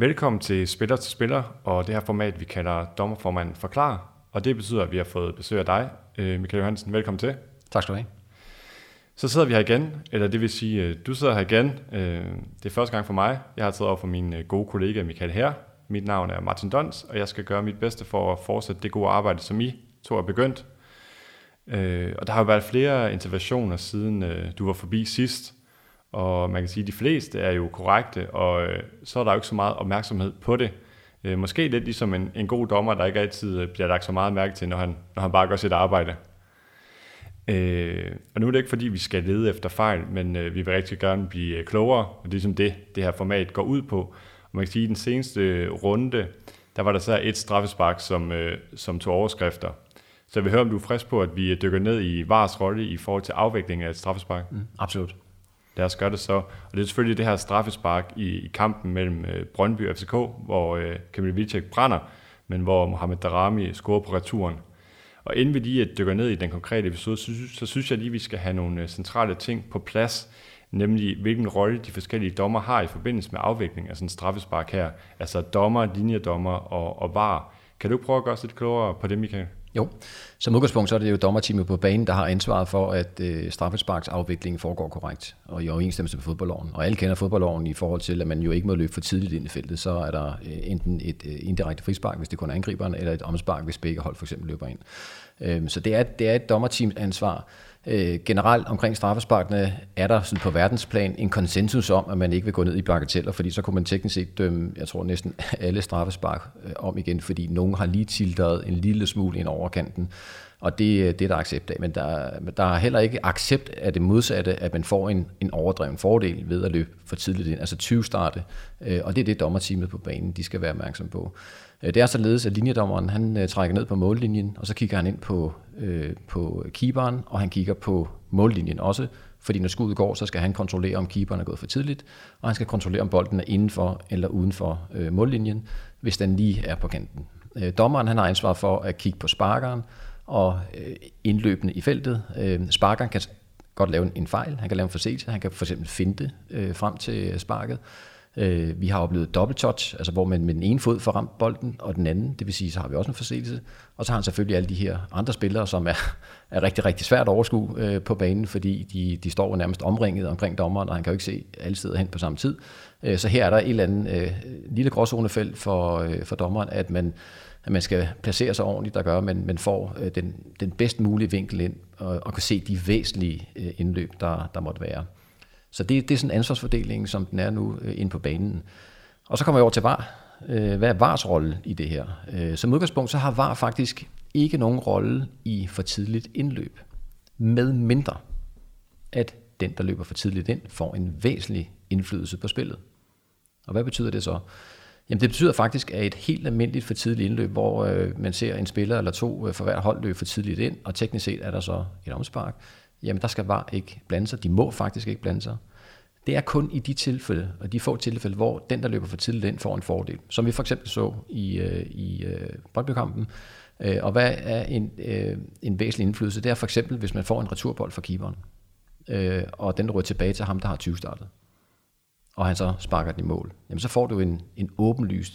Velkommen til Spiller til Spiller, og det her format, vi kalder Dommerformanden Forklarer. Og det betyder, at vi har fået besøg af dig, Michael Johansen. Velkommen til. Tak skal du have. Så sidder vi her igen, eller det vil sige, du sidder her igen. Det er første gang for mig. Jeg har taget over for min gode kollega Michael her. Mit navn er Martin Dons, og jeg skal gøre mit bedste for at fortsætte det gode arbejde, som I to har begyndt. Og der har jo været flere interventioner, siden du var forbi sidst. Og man kan sige, at de fleste er jo korrekte, og så er der jo ikke så meget opmærksomhed på det. Måske lidt ligesom en god dommer, der ikke altid bliver lagt så meget mærke til, når han bare gør sit arbejde. Og nu er det ikke fordi, vi skal lede efter fejl, men vi vil rigtig gerne blive klogere, og det er ligesom det her format går ud på. Og man kan sige, at i den seneste runde, der var der så et straffespark, som tog overskrifter. Så jeg vil høre, om du er frisk på, at vi dykker ned i VARs rolle i forhold til afvikling af et straffespark. Absolut. Lad os gøre det så. Og det er selvfølgelig det her straffespark i kampen mellem Brøndby og FCK, hvor Kamil Vilcek brænder, men hvor Mohamed Daramy scorer på returen. Og inden vi lige dykker ned i den konkrete episode, så synes jeg lige, at vi skal have nogle centrale ting på plads, nemlig hvilken rolle de forskellige dommer har i forbindelse med afvikling af sådan en straffespark her. Altså dommer, linjedommer og VAR. Kan du prøve at gøre os lidt klogere på det, Michael? Jo, som udgangspunkt så er det jo dommerteamet på banen, der har ansvaret for, at straffesparksafviklingen foregår korrekt og i overensstemmelse med fodboldloven. Og alle kender fodboldloven i forhold til, at man jo ikke må løbe for tidligt ind i feltet. Så er der enten et indirekte frispark, hvis det kun er angriberen, eller et omspark, hvis begge hold for eksempel løber ind. Så det er et dommerteams ansvar. Generelt omkring straffesparkene er der sådan på verdensplan en konsensus om, at man ikke vil gå ned i bagateller, fordi så kunne man teknisk set dømme, jeg tror næsten alle straffespark om igen, fordi nogen har lige tiltet en lille smule ind over kanten, og det er der accept af. Men der er heller ikke accept af det modsatte, at man får en overdreven fordel ved at løbe for tidligt ind, altså 20-starte, og det er det dommerteamet på banen, de skal være opmærksom på. Det er således, at linjedommeren han trækker ned på mållinjen, og så kigger han ind på keeperen, og han kigger på mållinjen også, fordi når skuddet går, så skal han kontrollere, om keeperen er gået for tidligt, og han skal kontrollere, om bolden er indenfor eller udenfor mållinjen, hvis den lige er på kanten. Dommeren han har ansvar for at kigge på sparkeren og indløbende i feltet. Sparkeren kan godt lave en fejl, han kan lave en forseelse, han kan for eksempel finte frem til sparket. Vi har oplevet double touch, altså hvor man med den ene fod får ramt bolden, og den anden, det vil sige, så har vi også en forseelse. Og så har han selvfølgelig alle de her andre spillere, som er rigtig, rigtig svært at overskue på banen, fordi de står nærmest omringet omkring dommeren, og han kan jo ikke se alle steder hen på samme tid. Så her er der et eller andet lille gråzonefelt for dommeren, at man skal placere sig ordentligt, der gør, men man får den bedst mulige vinkel ind, og kan se de væsentlige indløb, der måtte være. Så det er sådan en ansvarsfordeling, som den er nu inde på banen. Og så kommer jeg over til VAR. Hvad er VARs rolle i det her? Som udgangspunkt så har VAR faktisk ikke nogen rolle i for tidligt indløb, med mindre at den, der løber for tidligt ind, får en væsentlig indflydelse på spillet. Og hvad betyder det så? Jamen det betyder faktisk, at et helt almindeligt for tidligt indløb, hvor man ser en spiller eller to for hver hold løbe for tidligt ind, og teknisk set er der så et omspark, jamen der skal VAR ikke blande sig. De må faktisk ikke blande sig. Det er kun i de tilfælde, og de få tilfælde, hvor den, der løber for tidligt ind, får en fordel. Som vi for eksempel så i Brøndby-kampen. Og hvad er en væsentlig indflydelse? Det er for eksempel, hvis man får en returbold fra keeperen, og den ryger tilbage til ham, der har 20-startet, og han så sparker den i mål. Jamen så får du en åbenlyst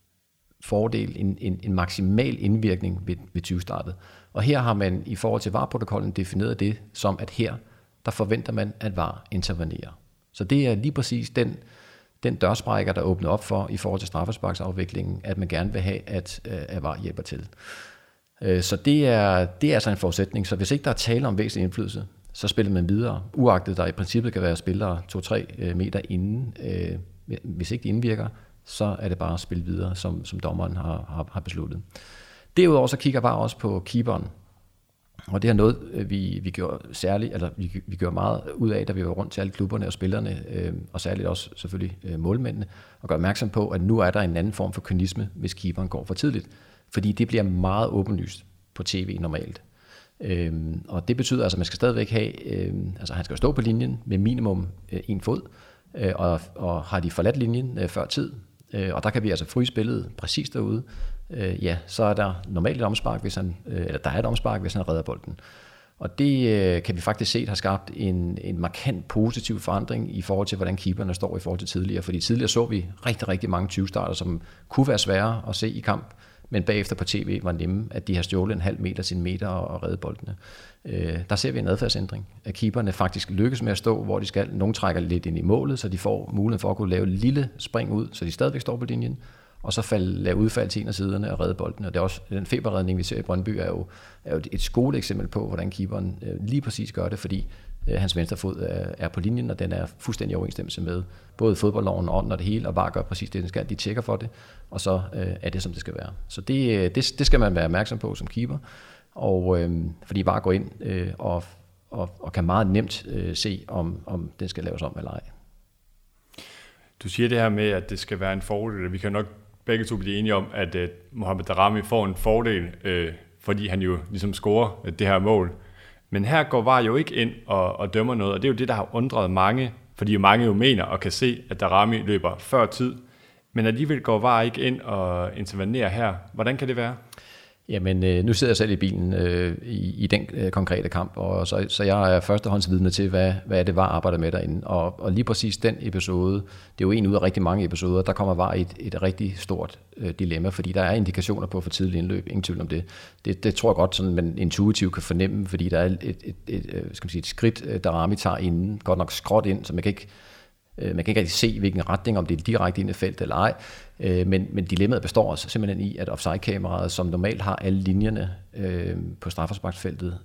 fordel, en maksimal indvirkning ved 20-startet. Og her har man i forhold til VAR-protokollen defineret det som, at her, der forventer man, at VAR intervenerer. Så det er lige præcis den dørsprækker, der åbner op for i forhold til straffesparksafviklingen, at man gerne vil have, at VAR hjælper til. Så det er altså en forudsætning. Så hvis ikke der er tale om væsentlig indflydelse, så spiller man videre, uagtet der i princippet kan være spillere 2-3 meter inden. Hvis ikke de indvirker, så er det bare at spille videre, som dommeren har besluttet. Derudover så kigger VAR også på keeperen. Og det er noget, vi gjorde særligt, eller vi gjorde meget ud af, da vi var rundt til alle klubberne og spillerne, og særligt også selvfølgelig målmændene, og gør opmærksom på, at nu er der en anden form for kynisme, hvis keeperen går for tidligt. Fordi det bliver meget åbenlyst på tv normalt. Og det betyder altså, at man skal stadigvæk have, altså han skal stå på linjen med minimum en fod, og har de forladt linjen før tid, og der kan vi altså fryse spillet præcis derude, så er der normalt et omspark, eller der er et omspark, hvis han redder bolden. Og det kan vi faktisk se har skabt en markant positiv forandring i forhold til, hvordan keeperne står i forhold til tidligere. Fordi tidligere så vi rigtig, rigtig mange 20-starter, som kunne være svære at se i kamp, men bagefter på tv var nemme, at de har stjålet en halv meter til en meter og reddet boldene. Der ser vi en adfærdsændring, at keeperne faktisk lykkes med at stå, hvor de skal. Nogle trækker lidt ind i målet, så de får mulighed for at kunne lave et lille spring ud, så de stadigvæk står på linjen, og så lave udfald til en af siderne og redde bolden. Og det er også den feberredning, vi ser i Brøndby, er jo et skoleeksempel på, hvordan keeperen lige præcis gør det, fordi hans venstre fod er på linjen, og den er fuldstændig overensstemmelse med både fodboldloven, ånden og det hele, og bare gør præcis det, den skal. De tjekker for det, og så er det, som det skal være. Så det skal man være opmærksom på som keeper, og fordi bare går ind og kan meget nemt se, om den skal laves om eller ej. Du siger det her med, at det skal være en fordel. Vi kan nok begge to blive enige om, at Mohamed Daramy får en fordel, fordi han jo ligesom scorer det her mål. Men her går VAR jo ikke ind og dømmer noget, og det er jo det, der har undret mange, fordi mange jo mener og kan se, at Daramy løber før tid. Men alligevel går VAR ikke ind og intervenerer her. Hvordan kan det være? Jamen, nu sidder jeg selv i bilen i den konkrete kamp, og så jeg er førstehåndsvidne til, hvad det var arbejdet med derinde. Og lige præcis den episode, det er jo en ud af rigtig mange episoder, der kommer VAR et rigtig stort dilemma, fordi der er indikationer på for tidlig indløb, ingen tvivl om det. Det tror jeg godt, sådan man intuitivt kan fornemme, fordi der er et skridt, Daramy tager inden, godt nok skråt ind, så man kan ikke rigtig se, hvilken retning, om det er direkte ind i feltet eller ej. Men dilemmaet består også simpelthen i, at offside-kameraet, som normalt har alle linjerne på straffesparksfeltet,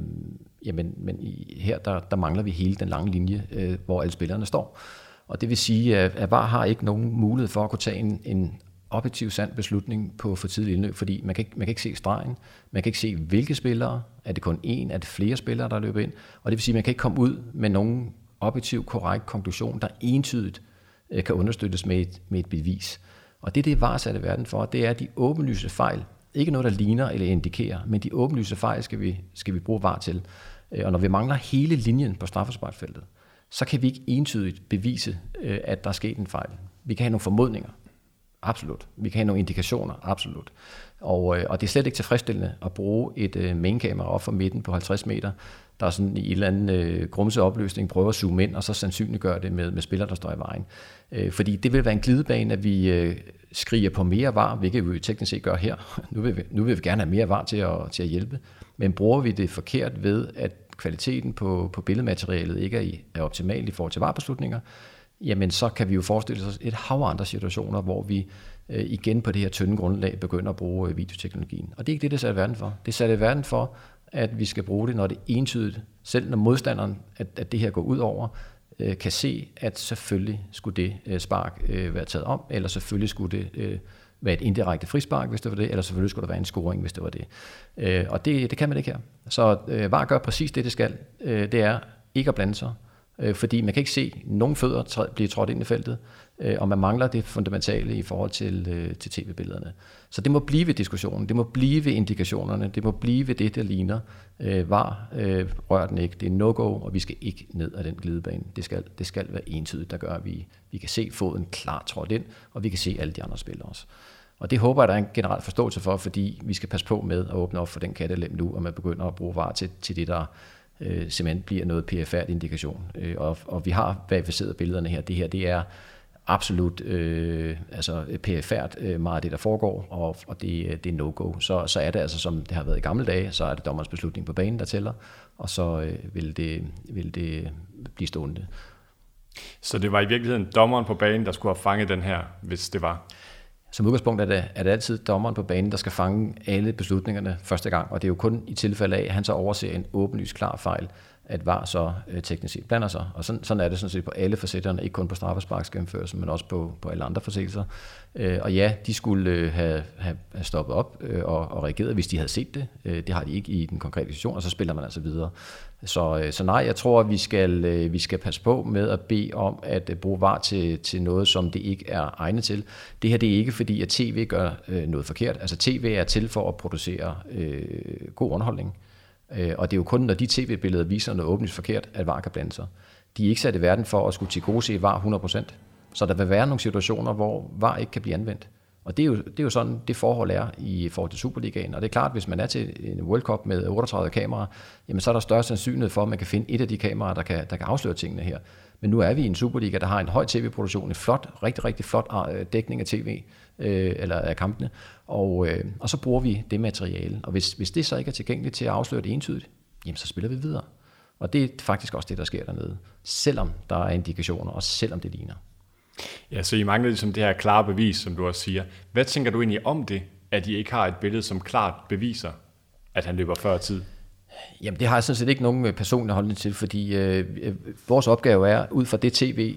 men her der mangler vi hele den lange linje, hvor alle spillerne står. Og det vil sige, at VAR har ikke nogen mulighed for at kunne tage en objektiv sand beslutning på for tidlig indløb, fordi man kan ikke se stregen, man kan ikke se, hvilke spillere, er det kun én, er det flere spillere, der løber ind, og det vil sige, at man kan ikke komme ud med nogen objektiv, korrekt konklusion, der entydigt kan understøttes med et bevis. Og det VAR sat i verden for, det er de åbenlyse fejl. Ikke noget, der ligner eller indikerer, men de åbenlyse fejl skal vi bruge VAR til. Og når vi mangler hele linjen på straffesparksfeltet, så kan vi ikke entydigt bevise, at der er sket en fejl. Vi kan have nogle formodninger. Absolut. Vi kan have nogle indikationer. Absolut. Og det er slet ikke tilfredsstillende at bruge et mainkamera op for midten på 50 meter, der er sådan i en eller anden grumset opløsning, prøver at zoome ind, og så sandsynliggøre det med spillere, der står i vejen. Fordi det vil være en glidebane, at vi skriger på mere VAR, hvilket vi teknisk set gør her. Nu vil vi gerne have mere VAR til at hjælpe, men bruger vi det forkert ved, at kvaliteten på billedmaterialet ikke er optimal i forhold til VAR-beslutninger, jamen så kan vi jo forestille os et hav andre situationer, hvor vi igen på det her tynde grundlag begynder at bruge videoteknologien. Og det er ikke det er sat i verden for. Det er sat i verden for, at vi skal bruge det, når det er entydigt, selv når modstanderen, at det her går ud over, kan se, at selvfølgelig skulle det spark være taget om, eller selvfølgelig skulle det være et indirekte frispark, hvis det var det, eller selvfølgelig skulle der være en scoring, hvis det var det. Og det kan man ikke her. Så VAR gør præcis det skal. Det er ikke at blande sig, fordi man kan ikke se nogen fødder blive trådt ind i feltet, og man mangler det fundamentale i forhold til tv-billederne. Så det må blive ved diskussionen, det må blive ved indikationerne, det må blive ved det, der ligner. VAR rører den ikke, det er no-go, og vi skal ikke ned ad den glidebane. Det skal være entydigt, der gør, at vi kan se foden klart trådt ind, og vi kan se alle de andre spillere også. Og det håber jeg, der er en generel forståelse for, fordi vi skal passe på med at åbne op for den kattelem nu, og man begynder at bruge VAR til det, der simpelthen bliver noget PFR indikation. Og vi har verificeret billederne her. Det her, det er absolut PFR meget af det, der foregår, og det er no-go. Så er det altså, som det har været i gamle dage, så er det dommerens beslutning på banen, der tæller, og så vil det blive stående. Så det var i virkeligheden dommeren på banen, der skulle have fanget den her, hvis det var? Som udgangspunkt er det altid dommeren på banen, der skal fange alle beslutningerne første gang, og det er jo kun i tilfælde af, at han så overser en åbenlyst klar fejl, at VAR så teknisk set blander sig. Og sådan er det sådan set på alle facetterne, ikke kun på straffesparksgennemførelsen, men også på alle andre forseelser. Og ja, de skulle have stoppet op og reageret, hvis de havde set det. Det har de ikke i den konkrete situation, og så spiller man altså videre. Så nej, jeg tror, at vi skal passe på med at bede om at bruge VAR til noget, som det ikke er egnet til. Det her, det er ikke fordi, at tv gør noget forkert. Altså tv er til for at producere god underholdning. Og det er jo kun, når de tv-billeder viser noget åbenlyst forkert, at VAR kan blande sig. De er ikke sat i verden for at skulle tilgodese VAR 100%. Så der vil være nogle situationer, hvor VAR ikke kan blive anvendt. Og det er jo sådan, det forhold er i forhold til Superligaen. Og det er klart, hvis man er til en World Cup med 38 kameraer, jamen så er der større sandsynlighed for, at man kan finde et af de kameraer, der kan afsløre tingene her. Men nu er vi i en Superliga, der har en høj tv-produktion, en flot, rigtig, rigtig flot dækning af tv, eller af kampene, og så bruger vi det materiale. Og hvis det så ikke er tilgængeligt til at afsløre det entydigt, jamen så spiller vi videre. Og det er faktisk også det, der sker dernede, selvom der er indikationer, og selvom det ligner. Ja, så I mangler ligesom det her klare bevis, som du også siger. Hvad tænker du egentlig om det, at I ikke har et billede, som klart beviser, at han løber før tid? Jamen det har jeg sådan set ikke nogen personlig holdning til, fordi vores opgave er, ud fra det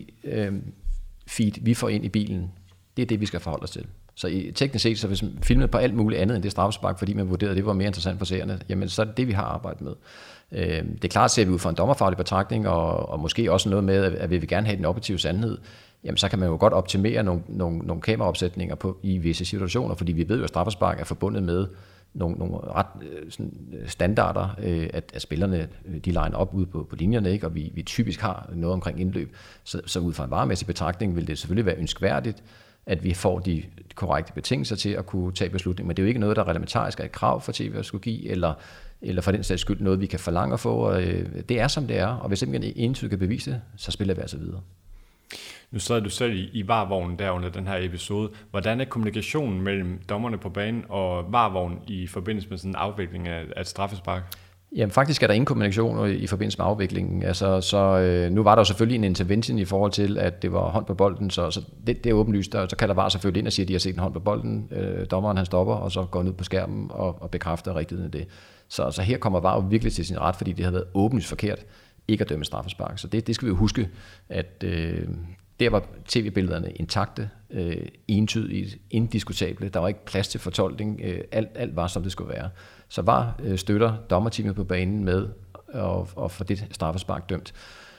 tv-feed, vi får ind i bilen, det er det, vi skal forholde os til. Så teknisk set, så hvis man filmer på alt muligt andet end det straffespark, fordi man vurderede, at det var mere interessant for seerne, jamen så er det det, vi har arbejdet med. Det er klart, ser vi ud fra en dommerfaglig betragtning, og måske også noget med, at vi vil gerne have den objektive sandhed, jamen så kan man jo godt optimere nogle kameraopsætninger i visse situationer, fordi vi ved jo, at straffespark er forbundet med nogle ret standarder, at spillerne de liner op ude på linjerne, ikke? Og vi typisk har noget omkring indløb. Så ud fra en varemæssig betragtning vil det selvfølgelig være ønskværdigt, at vi får de korrekte betingelser til at kunne tage beslutning. Men det er jo ikke noget, der reglementarisk er et krav for TV at skulle give, eller for den sags skyld noget, vi kan forlange at få. Og det er, som det er, og hvis simpelthen entydigt kan bevise det, så spiller vi altså videre. Nu sad du selv i VAR-vognen der under den her episode. Hvordan er kommunikationen mellem dommerne på banen og VAR-vognen i forbindelse med sådan en afvikling af et straffespark? Jamen faktisk er der ingen kommunikation i forbindelse med afviklingen. Altså, nu var der jo selvfølgelig en intervention i forhold til, at det var hånd på bolden, så det er åbenlyst. Så kan der VAR selvfølgelig ind og sige, at de har set en hånd på bolden. Dommeren han stopper, og så går ned på skærmen og bekræfter rigtigheden af det. Så her kommer VAR jo virkelig til sin ret, fordi det havde været åbenlyst forkert ikke at dømme straffespark. Så det skal vi jo huske, at der var tv-billederne intakte, entydigt, indiskutable. Der var ikke plads til fortolkning. Alt var, som det skulle være. Så VAR støtter dommerteamet på banen med at få det straffespark dømt.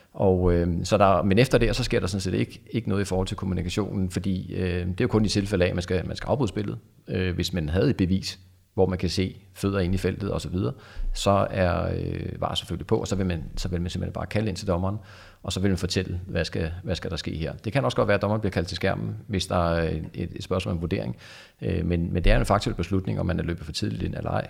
Men efter det, så sker der sådan set ikke noget i forhold til kommunikationen, fordi det er jo kun i tilfælde af, at man skal afbryde spillet. Hvis man havde et bevis, hvor man kan se fødder inde i feltet osv., så er VAR selvfølgelig på, og så vil man simpelthen bare kalde ind til dommeren, og så vil man fortælle, hvad skal der ske her. Det kan også godt være, at dommeren bliver kaldt til skærmen, hvis der er et spørgsmål om vurdering, men det er en faktuel beslutning, om man er løbet for tidligt ind eller ej,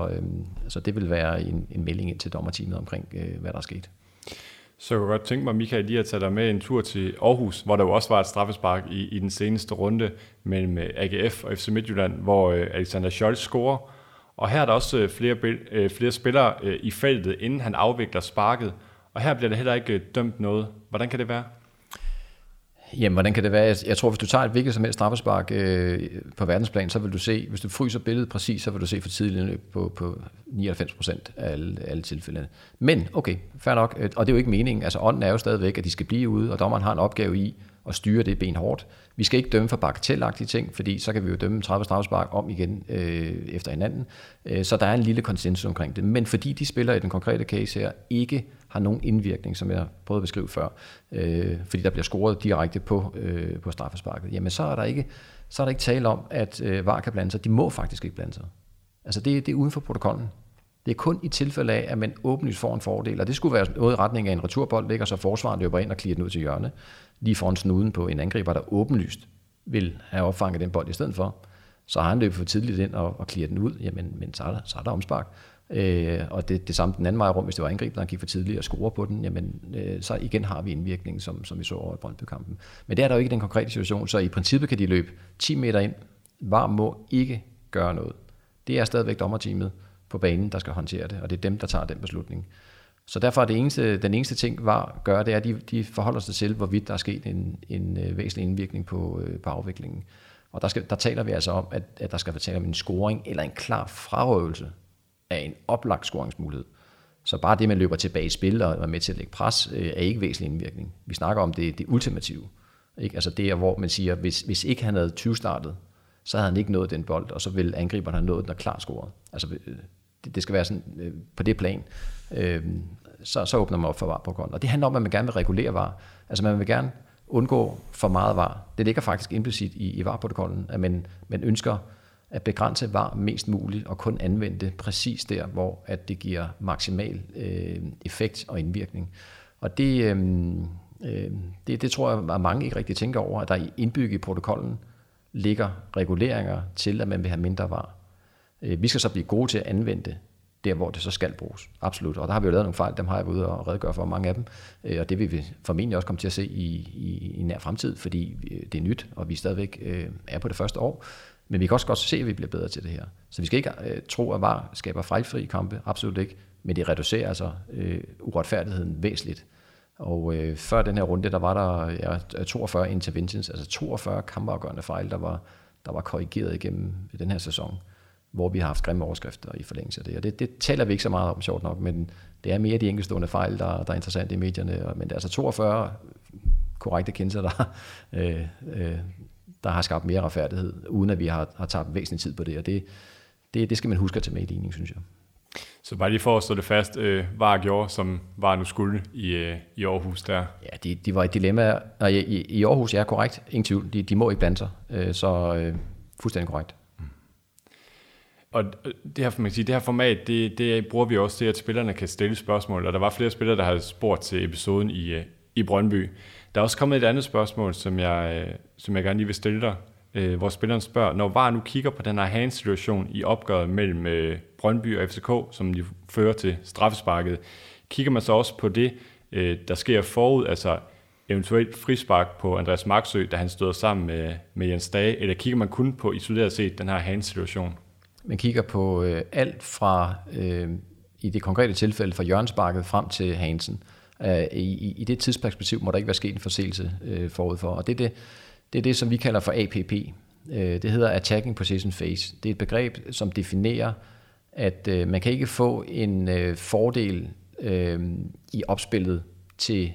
så det vil være en melding ind til dommerteamet omkring, hvad der er sket. Så jeg kunne godt tænke mig, Michael, lige at tage dig med en tur til Aarhus, hvor der jo også var et straffespark i den seneste runde mellem AGF og FC Midtjylland, hvor Alexander Scholz scorer. Og her er der også flere spillere i feltet, inden han afvikler sparket. Og her bliver der heller ikke dømt noget. Hvordan kan det være? Jamen, hvordan kan det være? Jeg tror, hvis du tager et hvilket som helst straffespark på verdensplan, så vil du se, hvis du fryser billedet præcis, så vil du se for tidligt indløb på 99% af alle tilfældene. Men, okay, fair nok, og det er jo ikke meningen. Altså, ånden er jo stadigvæk, at de skal blive ude, og dommeren har en opgave i at styre det benhårdt. Vi skal ikke dømme for bagatelagtige ting, fordi så kan vi jo dømme 30 straffespark om igen efter hinanden. Så der er en lille konsensus omkring det. Men fordi de spillere i den konkrete case her ikke har nogen indvirkning, som jeg prøvede at beskrive før, fordi der bliver scoret direkte på straffesparket, jamen så er der ikke tale om, at VAR kan blande sig. De må faktisk ikke blande sig. Altså det er uden for protokollen. Det er kun i tilfælde af, at man åbenlyst får en fordel, og det skulle være noget i retning af en returbold, ligger så forsvaren løber ind og klirer den ud til hjørne, lige foran snuden på en angriber, der åbenlyst vil have opfanget den bold i stedet for. Så har han løbet for tidligt ind og klirer den ud, jamen men så er der omspark. Og det samme den anden vej rundt, hvis det var angriber, der gik for tidligt og scorer på den, jamen så igen har vi indvirkningen, som vi så over i Brøndby-kampen. Men det er der jo ikke i den konkrete situation, så i princippet kan de løbe 10 meter ind. VAR må ikke gøre noget. Det er stadigvæk dommerteamet på banen, der skal håndtere det, og det er dem, der tager den beslutning. Så derfor er den eneste ting, VAR gør, det er, at de forholder sig til, hvorvidt der er sket en væsentlig indvirkning på afviklingen. Og der taler vi altså om, at der skal være tale om en scoring eller en klar frarøvelse af en oplagt scoringsmulighed. Så bare det, man løber tilbage i spil og er med til at lægge pres, er ikke væsentlig indvirkning. Vi snakker om det ultimative. Ikke? Altså det er, hvor man siger, hvis ikke han havde 20-startet, så havde han ikke nået den bold, og så ville angriberen have nået den og klart scoret. Altså det skal være sådan på det plan. Så åbner man op for VAR-protokollen. Og det handler om, at man gerne vil regulere VAR. Altså man vil gerne undgå for meget VAR. Det ligger faktisk implicit i VAR-protokollen, at man ønsker at begrænse VAR mest muligt og kun anvende det præcis der, hvor at det giver maksimal effekt og indvirkning. Og det tror jeg, at mange ikke rigtig tænker over, at der er indbygget i protokollen ligger reguleringer til, at man vil have mindre VAR. Vi skal så blive gode til at anvende det, der hvor det så skal bruges. Absolut. Og der har vi jo lavet nogle fejl, dem har jeg været ude og redegøre for mange af dem. Og det vil vi formentlig også komme til at se i nær fremtid, fordi det er nyt, og vi stadigvæk er på det første år. Men vi kan også godt se, at vi bliver bedre til det her. Så vi skal ikke tro, at VAR skaber fejlfri kampe. Absolut ikke. Men det reducerer altså uretfærdigheden væsentligt. Og før den her runde, der var der 42 interventions, altså 42 kampafgørende fejl, der var korrigeret igennem den her sæson, hvor vi har haft grimme overskrifter i forlængelse af det. Og det taler vi ikke så meget om, sjovt nok, men det er mere de enkeltstående fejl, der er interessante i medierne. Men det er altså 42 korrekte kendelser, der har skabt mere retfærdighed, uden at vi har tabt væsentlig tid på det. Og det skal man huske at tage med i ligningen, synes jeg. Så bare lige for at stå det fast, VAR gjorde, som VAR nu skulle i Aarhus der? Ja, de var et dilemma. I Aarhus, ja, korrekt. Ingen tvivl. De må ikke blande sig. Så fuldstændig korrekt. Og det her, man kan sige, det her format, det bruger vi også til, at spillerne kan stille spørgsmål. Og der var flere spillere, der havde spurgt til episoden i Brøndby. Der er også kommet et andet spørgsmål, som jeg gerne lige vil stille dig, hvor spilleren spørger, når VAR nu kigger på den her hands-situation i opgøret mellem Brøndby og FCK, som de fører til straffesparket, kigger man så også på det, der sker forud, altså eventuelt frispark på Andreas Maxø, da han stod sammen med Jens Dage, eller kigger man kun på isoleret set den her hands-situation? Man kigger på alt fra, i det konkrete tilfælde, fra hjørnesparket frem til Hansen. I det tidsperspektiv må der ikke være sket en forseelse forud for, og det er det, som vi kalder for APP. Det hedder Attacking Position Phase. Det er et begreb, som definerer, at man kan ikke få en fordel i opspillet til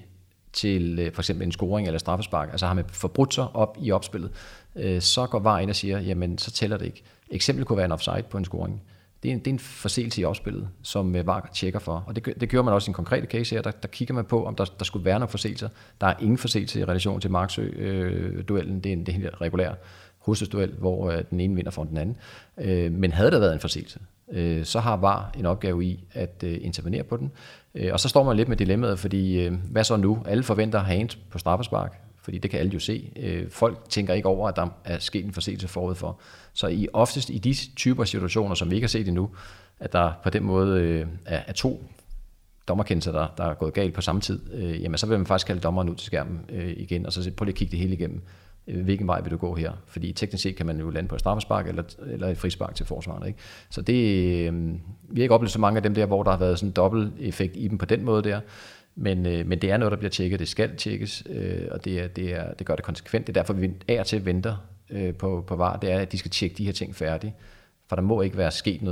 for eksempel en scoring eller straffespark. Altså har man forbrudt sig op i opspillet, så går VAR ind og siger, jamen så tæller det ikke. Eksempel kunne være en offside på en scoring. Det er en forseelse i opspillet, som VAR tjekker for. Og det gør man også i en konkret case her. Der kigger man på, om der skulle være nogle forseelser. Der er ingen forseelse i relation til Maxø-duellen. Det er en helt regulær hovedstødsduel, hvor den ene vinder for den anden. Men havde der været en forseelse, så har VAR en opgave i at intervenere på den. Og så står man lidt med dilemmaet, fordi hvad så nu? Alle forventer hands på straffespark, fordi det kan alle jo se. Folk tænker ikke over, at der er sket en forseelse forud for. Så oftest i de typer situationer, som vi ikke har set endnu, at der på den måde er to dommerkendelser, der er gået galt på samme tid, jamen så vil man faktisk kalde dommeren ud til skærmen igen, og så prøv lige at kigge det hele igennem. Hvilken vej vil du gå her? Fordi teknisk set kan man jo lande på et straffespark eller et frispark til forsvarerne. Ikke? Så det, vi har ikke oplevet så mange af dem der, hvor der har været sådan en dobbelt effekt i dem på den måde der. Men det er noget, der bliver tjekket. Det skal tjekkes, og det gør det konsekvent. Det er derfor, vi af og til venter på VAR. Det er, at de skal tjekke de her ting færdigt. For der må ikke være sket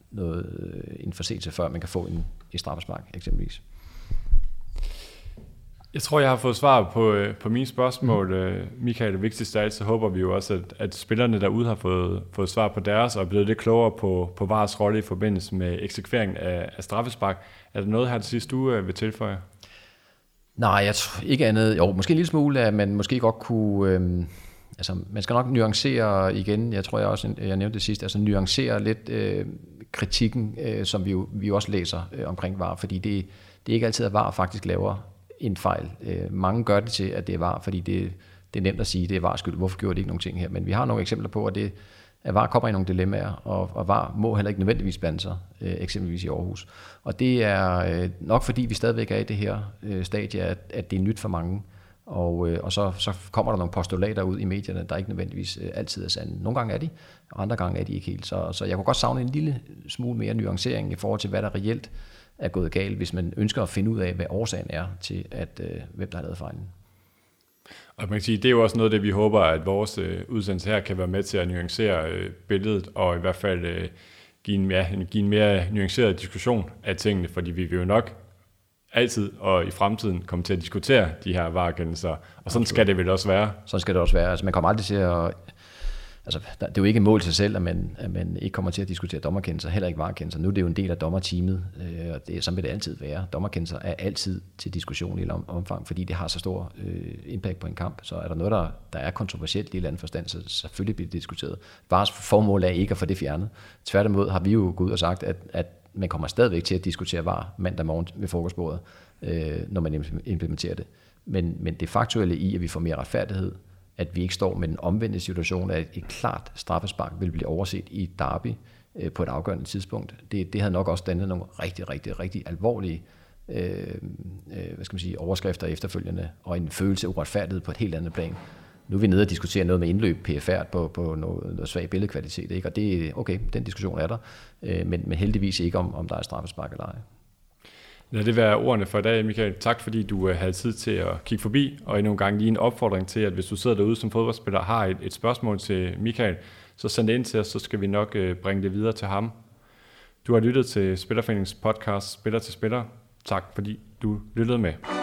en forseelse, før man kan få en straffespark eksempelvis. Jeg tror, jeg har fået svar på mine spørgsmål. Michael, det vigtigste af alt, så håber vi jo også, at spillerne derude har fået svar på deres, og er blevet lidt klogere på VARs rolle i forbindelse med eksekveringen af straffespark. Er der noget her til sidst, du vil tilføje? Nej, jeg tror ikke andet. Jo, måske en lille smule, at man måske godt kunne... man skal nok nuancere igen, jeg tror jeg nævnte det sidst, altså nuancere lidt kritikken, som vi jo også læser omkring VAR, fordi det er ikke altid, at VAR faktisk laver en fejl. Mange gør det til, at det er VAR, fordi det er nemt at sige, at det er VARs skyld. Hvorfor gjorde de ikke nogen ting her? Men vi har nogle eksempler på, at VAR kommer i nogle dilemmaer, og VAR må heller ikke nødvendigvis blande sig, eksempelvis i Aarhus. Og det er nok fordi, vi stadigvæk er i det her stadie, at det er nyt for mange. Og så kommer der nogle postulater ud i medierne, der ikke nødvendigvis altid er sande. Nogle gange er de, og andre gange er de ikke helt. Så jeg kunne godt savne en lille smule mere nuancering i forhold til, hvad der reelt er gået galt, hvis man ønsker at finde ud af, hvad årsagen er til, hvem der har lavet fejlen. Og man kan sige, det er jo også noget, det vi håber, at vores udsendelse her kan være med til at nuancere billedet, og i hvert fald give en mere nuanceret diskussion af tingene, fordi vi vil jo nok altid og i fremtiden komme til at diskutere de her VAR-kendelser, og sådan skal det vel også være. Sådan skal det også være. Altså, man kommer aldrig til at... Altså, det er jo ikke et mål til sig selv, at man ikke kommer til at diskutere dommerkendelser, heller ikke VAR-kendelser. Nu er det jo en del af dommerteamet, og sådan vil det altid være. Dommerkendelser er altid til diskussion i et omfang, fordi det har så stor impact på en kamp. Så er der noget, der er kontroversielt i et eller andet forstand, så selvfølgelig bliver det diskuteret. VARs formål er ikke at få det fjernet. Tværtimod har vi jo gået ud og sagt, at man kommer stadigvæk til at diskutere VAR mandag morgen ved frokostbordet, når man implementerer det. Men det faktuelle i, at vi får mere retfærdighed, at vi ikke står med den omvendte situation, at et klart straffespark vil blive overset i et derby på et afgørende tidspunkt. Det havde nok også dannet nogle rigtig alvorlige overskrifter efterfølgende, og en følelse af uretfærdighed på et helt andet plan. Nu er vi nede og diskutere noget med indløb, PFR på noget svag billedkvalitet, ikke? Og det okay, den diskussion er der, men heldigvis ikke om der er straffespark eller ej. Lad det være ordene for i dag, Michael. Tak fordi du havde tid til at kigge forbi, og endnu en gang lige en opfordring til, at hvis du sidder derude som fodboldspiller og har et spørgsmål til Michael, så send det ind til os, så skal vi nok bringe det videre til ham. Du har lyttet til Spillerforeningens podcast Spiller til Spiller. Tak fordi du lyttede med.